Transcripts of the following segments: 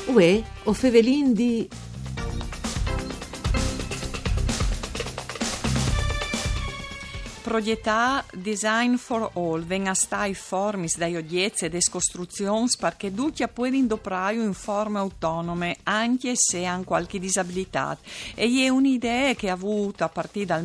Uè, o fevelin di... Proprietà Design for All venga stai formis dai oggetti e des costruzioni perché tutti puoi indopraio in forme autonome anche se hanno qualche disabilità e è un'idea che ha avuto a partire dal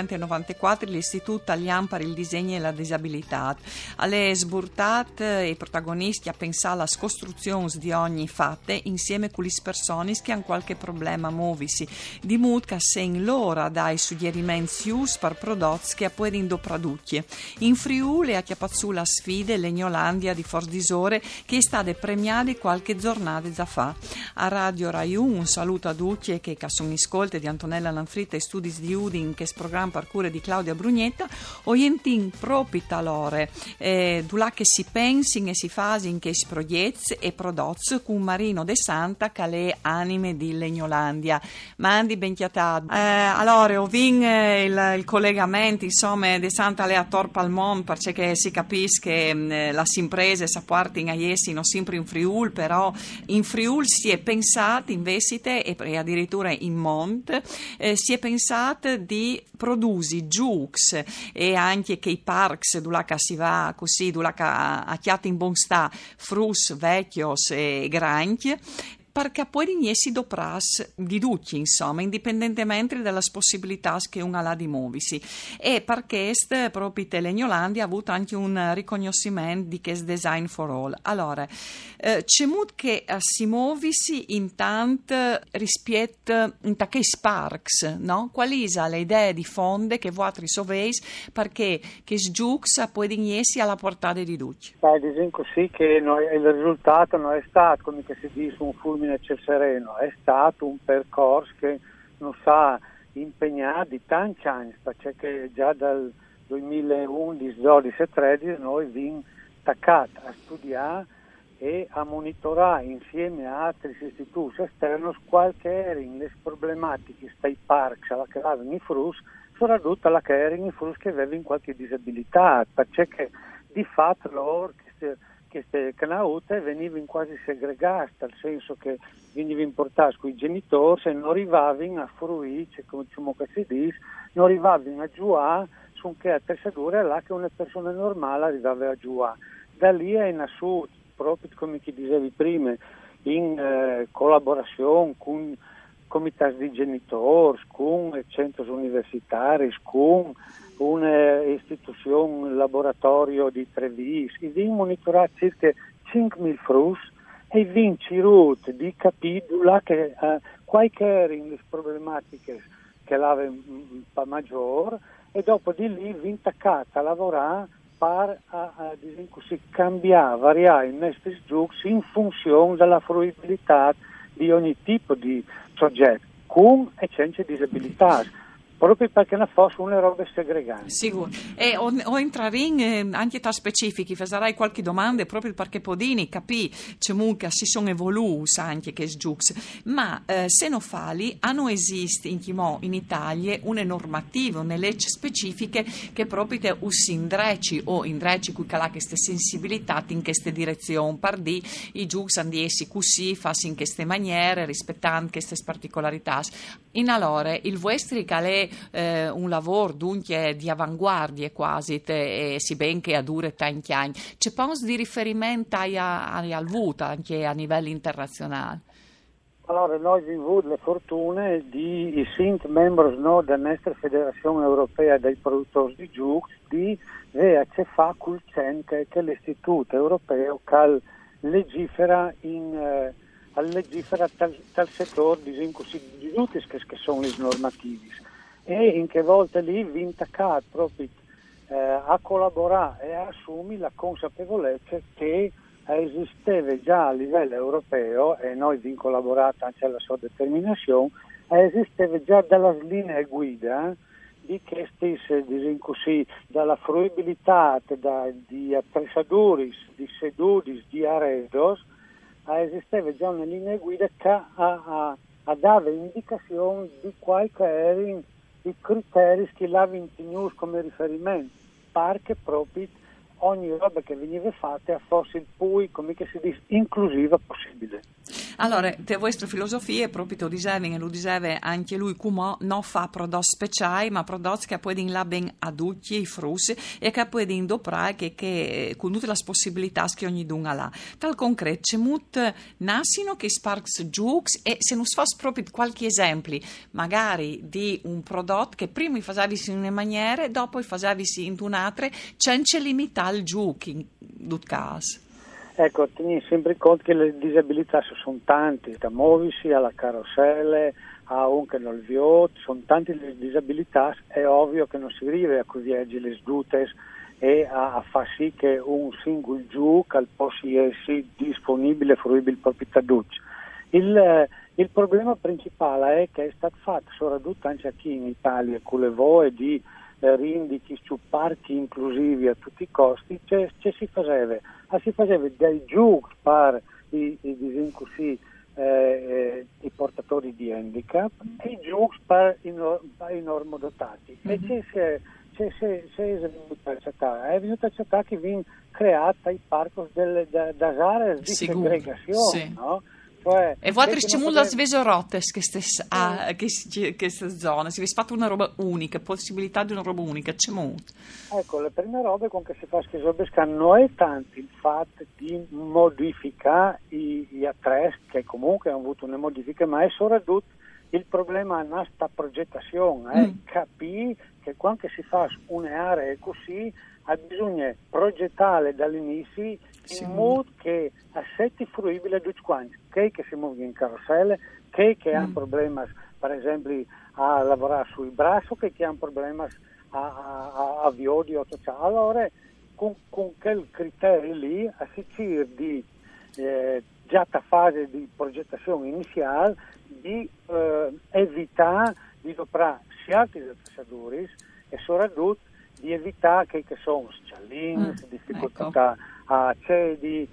1994 l'Istituto Italiano per il Disegno e la Disabilità. Alle sburtate i protagonisti a pensare alla costruzione di ogni fatte insieme con le persone che hanno qualche problema movisi di mood che se in l'ora dai suggerimenti per prodotti che puoi indopraducchie. In Friuli a Chiapazzula sfide l'Egnolandia di Forsdisore che è stata premiata qualche giornata da fa. A Radio Rai 1 un saluto a tutti che sono in ascolto di Antonella Lanfritta e studi di Udin che è programma per cure di Claudia Brugnetta oientin proprio talore là che si pensi e si fa in che progetti e prodotti con Marino De Santa che le anime di l'Egnolandia. Mandi ben chiatato. Allora, ho vinto il collegamento insomma De Santa le a Tor Palmon perché si capisce che la imprese sappartin a iesi non sempre in Friul, però in Friul si è pensato in Vesite e addirittura in Mont si è pensato di produsi giux e anche che i parks dulaca si va così dulaca a chiati in bon sta frus vecchios e granchi perché poi rignesi dopras di tutti, insomma, indipendentemente dalle possibilità che uno ha di muoversi. E perché proprio l'Egnolandia ha avuto anche un riconoscimento di che Design for All. Allora, c'è molto che si muovisi intanto rispetto a che sparks, no? Quali sono le idee di fonde che voi risolveis perché che sgiux poi rignesi alla portata di tutti? Diciamo così che il risultato non è stato, come si dice, un fulmine ciel sereno, è stato un percorso che non sa impegnare di tanti anni, perché già dal 2011, 12 e 13 noi abbiamo attaccato a studiare e a monitorare insieme a altri istituti esterni quali erano le problematiche stai parks alla che avevano i frus, soprattutto alla che erano i frus che avevano qualche disabilità, perché di fatto loro queste canaute venivano quasi segregate, nel senso che venivano portate con i genitori e non arrivavano a fruire, come si dice, non arrivavano a giocare su che attrezzature là che una persona normale arrivava a giocare. Da lì è nasciuto, proprio come ti dicevi prima, in collaborazione con comitati di genitori, con centri universitari, con un'istituzione, un laboratorio di Treviso, e vi monitorare circa 5.000 frus e vi cirut di capire che quali erano le problematiche che l'aveva maggiore e dopo di lì vi intaccata a lavorare per così, cambiare, variare i nostri giochi in funzione della fruibilità di ogni tipo di soggetto, con e senza disabilità. Proprio perché non fossero una roba segregate. Sicuro. E o entrare in anche tra specifici, farai qualche domanda proprio perché Podini capì che si sono evoluti anche che sgiux, ma se non fali hanno esiste in Italia una normativa, una legge specifiche che proprio te usindreci o indreci cui calà queste sensibilità in queste direzioni, pardi i giux andiesi così, fassi in queste maniere, rispettando queste particolarità. In allora, il vostro calè un lavoro dunque di avanguardia quasi si ben che a dure tanti anni c'è pons di riferimento al VUT anche a livello internazionale. Allora noi abbiamo avuto la fortuna di essere membri della nostra Federazione Europea dei Produttori di Giux di avere a che fare col CEN che è l'Istituto Europeo che legifera tal settore di tutti che sono le normative. E in che volte lì vi intaccato proprio a collaborare e a assumere la consapevolezza che esisteva già a livello europeo, e noi vi collaborato anche alla sua determinazione, esisteva già dalla linee guida di che stesse, diciamo così, dalla fruibilità di attrezzature, di sedudi, di arredos, esisteva già una linea guida che dava indicazioni di quali erano i criteri che l'avevano tenuto come riferimento, perché proprio ogni roba che veniva fatta fosse il più, come si dice, inclusiva possibile. Allora, la vostra filosofia è proprio lo diceva anche lui, come non fa prodotti speciali, ma prodotti che poi là ben adulti e frutti e che poi indoprare che con tutte le possibilità che ogni dunga là. Tal concreto, c'è molto nascino che sparks jokes e se non si fa proprio qualche esempio, magari di un prodotto che prima facevi in una maniera e dopo facevi in un'altra, senza limitare il gioco in tutto caso. Ecco, tieni sempre conto che le disabilità sono tante, da muoversi alla carrozzelle, a un che non viot, sono tante le disabilità, è ovvio che non si arriva a cogliere le sdute e a far sì che un singolo gioco possa essere disponibile e fruibile proprio a tutti. Il problema principale è che è stato fatto, soprattutto anche qui in Italia, con le voci di rinditi su parchi inclusivi a tutti i costi, si faceva dei giochi per i portatori di handicap e i giochi per i normodotati. E è venuta a città che viene creata i parchi da aree di segregazione, sì. No? Cioè, e voi ci mulla sveso rottes questa zona, si è fatta una roba unica, possibilità di una roba unica, c'è molto. Ecco, le prime robe con che si fa che non è tanto il fatto di modificare gli attrezzi, che comunque hanno avuto una modifica, ma è soprattutto il problema della nostra progettazione, capire che quando si fa un'area così, ha bisogno progettare dall'inizio in modo che assetti fruibile a tutti quanti, che si muovono in carrozzelle, che hanno problemi, per esempio, a lavorare sui bracci, che hanno problemi a viodio sociale. Allora, con quel criterio lì, a sicuro di già da fase di progettazione iniziale, di evitare di doprare sia altri attrezzatori e soprattutto di evitare che sono scciallini, difficoltà a cedi,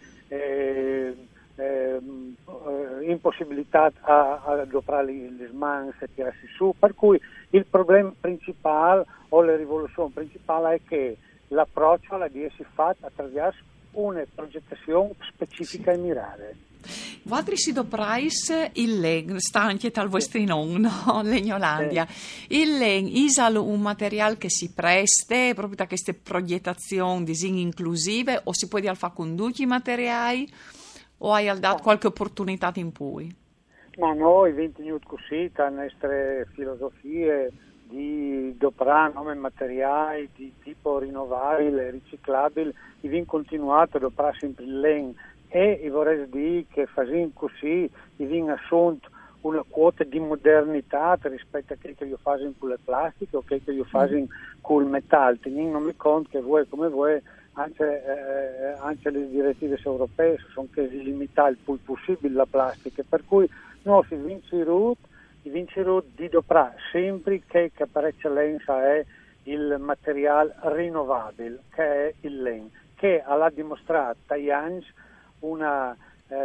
impossibilità a doprare le smans e tirarsi su, per cui il problema principale o la rivoluzione principale è che l'approccio alla si fa attraverso una progettazione specifica e mirare. Voi si doprais il len, sta anche tal vostro nome, no? Legnolandia. Il len è un materiale che si presta proprio da queste progettazioni inclusive o si può fare con tutti i materiali o hai dato qualche opportunità in più? Ma noi 20 minuti così, le nostre filosofie di doprare materiali di tipo rinnovabile, riciclabile, abbiamo continuato a doprare sempre il len. E vorrei dire che facendo così viene assunto una quota di modernità rispetto a quello che io faccio con le plastiche o quello che io faccio con il metallo. Tenendo conto che voi come voi, anche le direttive europee sono che limitare il più possibile la plastica, per cui noi si vincerò di doprare sempre che per eccellenza è il materiale rinnovabile, che è il len, che ha dimostrato dagli anni una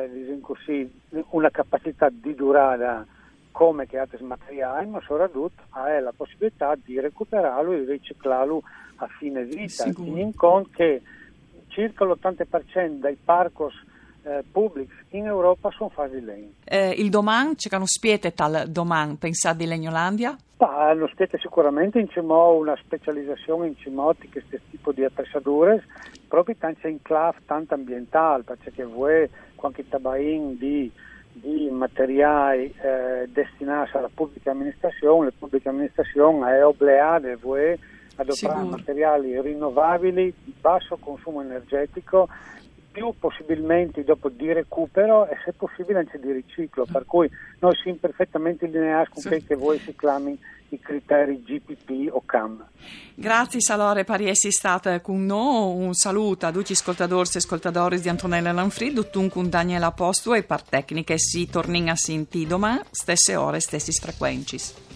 capacità di durata come che altri materiali, ma soprattutto ha la possibilità di recuperarlo e riciclarlo a fine vita. In conto che circa l'80% dei parchi pubblici in Europa sono fatti di legno. Il domani, c'è uno spiete tal domani, pensate di Legnolandia? Lo spiete sicuramente in una specializzazione in di questo tipo di attrezzature, proprio tanto in clave tanto ambientale, perché voi qualche tabain di materiali destinati alla pubblica amministrazione, la pubblica amministrazione è obbligata a adoperare materiali rinnovabili di basso consumo energetico, più possibilmente dopo di recupero e se possibile anche di riciclo, per cui noi siamo perfettamente lineari con quelli che voi si chiami i criteri GPP o CAM. Grazie Salore per essere stata con noi, un saluto a tutti gli ascoltatori e ascoltatori di Antonella Lanfrid, con Daniela Postu e per tecniche si torna a sentire domani, stesse ore, stessi frequenci.